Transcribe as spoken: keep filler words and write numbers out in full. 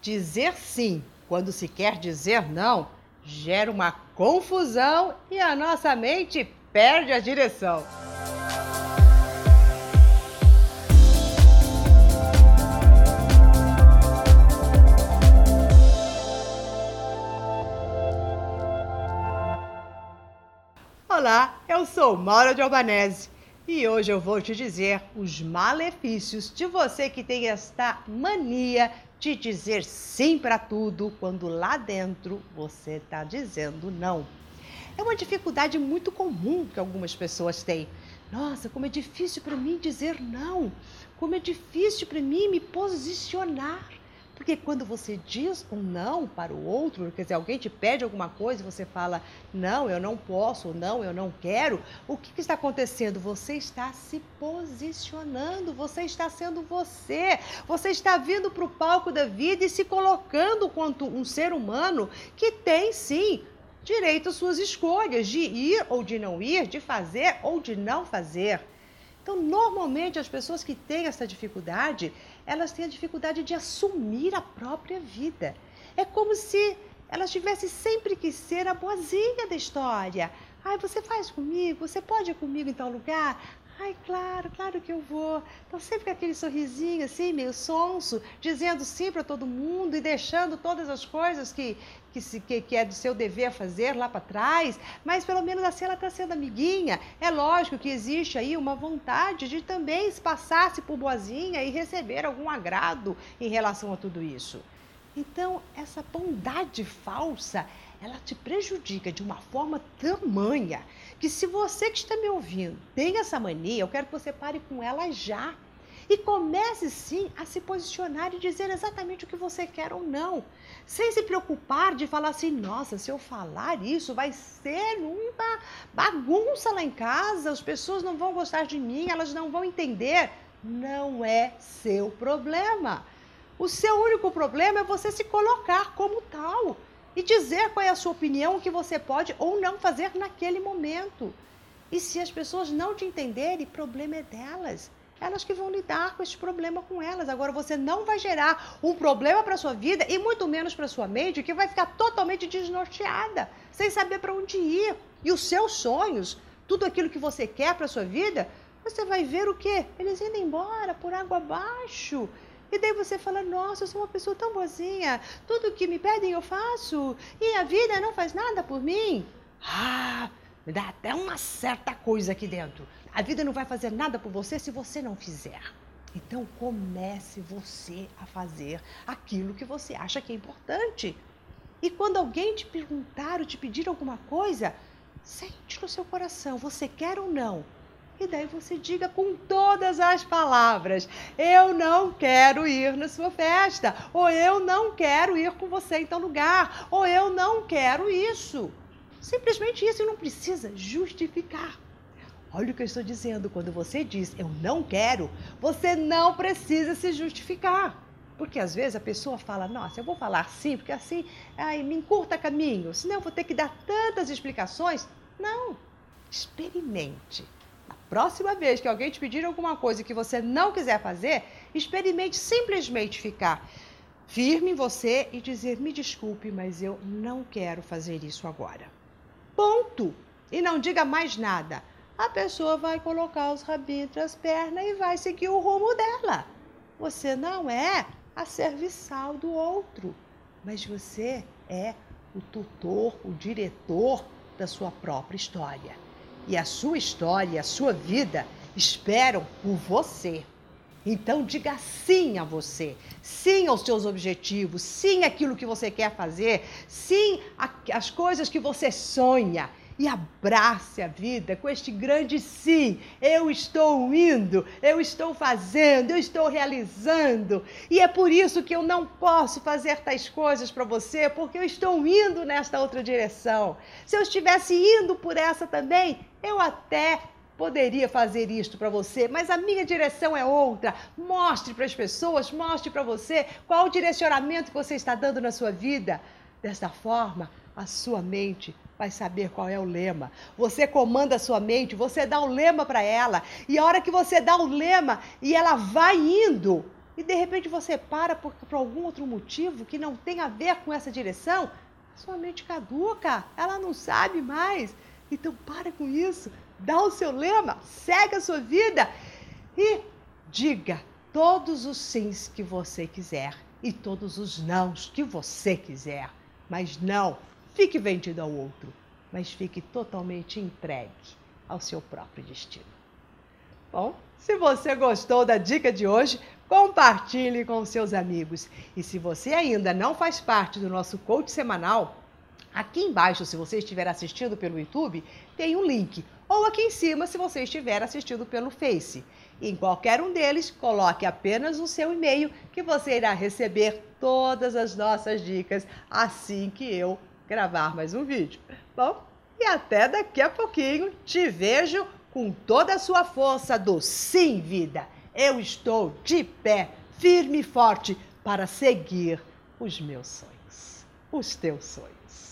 Dizer sim quando se quer dizer não gera uma confusão e a nossa mente perde a direção. Olá, eu sou Maura de Albanese e hoje eu vou te dizer os malefícios de você que tem esta mania de dizer sim para tudo quando lá dentro você está dizendo não. É uma dificuldade muito comum que algumas pessoas têm. Nossa, como é difícil para mim dizer não, como é difícil para mim me posicionar. Porque quando você diz um não para o outro, quer dizer, alguém te pede alguma coisa e você fala, não, eu não posso, não, eu não quero, o que, que está acontecendo? Você está se posicionando, você está sendo você, você está vindo para o palco da vida e se colocando quanto um ser humano que tem, sim, direito às suas escolhas, de ir ou de não ir, de fazer ou de não fazer. Então, normalmente, as pessoas que têm essa dificuldade, elas têm a dificuldade de assumir a própria vida. É como se elas tivessem sempre que ser a boazinha da história. Ai, você faz comigo? Você pode ir comigo em tal lugar? Ai, claro, claro que eu vou. Então, sempre com aquele sorrisinho assim, meio sonso, dizendo sim para todo mundo e deixando todas as coisas que, que, se, que, que é do seu dever fazer lá para trás, mas pelo menos assim ela está sendo amiguinha. É lógico que existe aí uma vontade de também se passar-se por boazinha e receber algum agrado em relação a tudo isso. Então, essa bondade falsa, ela te prejudica de uma forma tamanha que se você que está me ouvindo tem essa mania, eu quero que você pare com ela já. E comece sim a se posicionar e dizer exatamente o que você quer ou não. Sem se preocupar de falar assim, nossa, se eu falar isso vai ser uma bagunça lá em casa, as pessoas não vão gostar de mim, elas não vão entender. Não é seu problema. O seu único problema é você se colocar como tal e dizer qual é a sua opinião, o que você pode ou não fazer naquele momento. E se as pessoas não te entenderem, o problema é delas. Elas que vão lidar com esse problema com elas. Agora, você não vai gerar um problema para a sua vida e muito menos para a sua mente, que vai ficar totalmente desnorteada, sem saber para onde ir. E os seus sonhos, tudo aquilo que você quer para a sua vida, você vai ver o quê? Eles indo embora por água abaixo. E daí você fala, nossa, eu sou uma pessoa tão boazinha, tudo que me pedem eu faço, e a vida não faz nada por mim. Ah, me dá até uma certa coisa aqui dentro. A vida não vai fazer nada por você se você não fizer. Então comece você a fazer aquilo que você acha que é importante. E quando alguém te perguntar ou te pedir alguma coisa, sente no seu coração, você quer ou não? E daí você diga com todas as palavras, eu não quero ir na sua festa, ou eu não quero ir com você em tal lugar, ou eu não quero isso. Simplesmente isso, e não precisa justificar. Olha o que eu estou dizendo, quando você diz eu não quero, você não precisa se justificar. Porque às vezes a pessoa fala, nossa, eu vou falar sim, porque assim ai, me encurta caminho, senão eu vou ter que dar tantas explicações. Não, experimente. Próxima vez que alguém te pedir alguma coisa que você não quiser fazer, experimente simplesmente ficar firme em você e dizer, me desculpe, mas eu não quero fazer isso agora. Ponto. E não diga mais nada. A pessoa vai colocar os rabinhos entre as pernas e vai seguir o rumo dela. Você não é a serviçal do outro, mas você é o tutor, o diretor da sua própria história. E a sua história, a sua vida esperam por você. Então diga sim a você, sim aos seus objetivos, sim àquilo que você quer fazer, sim às coisas que você sonha. E abrace a vida com este grande sim. Eu estou indo, eu estou fazendo, eu estou realizando. E é por isso que eu não posso fazer tais coisas para você, porque eu estou indo nesta outra direção. Se eu estivesse indo por essa também, eu até poderia fazer isto para você, mas a minha direção é outra. Mostre para as pessoas, mostre para você qual o direcionamento que você está dando na sua vida. Desta forma, a sua mente vai saber qual é o lema. Você comanda a sua mente, você dá o lema para ela. E a hora que você dá o lema e ela vai indo, e de repente você para por, por algum outro motivo que não tem a ver com essa direção, sua mente caduca, ela não sabe mais. Então para com isso, dá o seu lema, segue a sua vida e diga todos os sims que você quiser e todos os nãos que você quiser. Mas não fique vendido ao outro, mas fique totalmente entregue ao seu próprio destino. Bom, se você gostou da dica de hoje, compartilhe com seus amigos. E se você ainda não faz parte do nosso coach semanal, aqui embaixo, se você estiver assistindo pelo YouTube, tem um link. Ou aqui em cima, se você estiver assistindo pelo Face. Em qualquer um deles, coloque apenas o seu e-mail que você irá receber todas as nossas dicas assim que eu gravar mais um vídeo. Bom, e até daqui a pouquinho. Te vejo com toda a sua força do Sim Vida. Eu estou de pé, firme e forte para seguir os meus sonhos, os teus sonhos.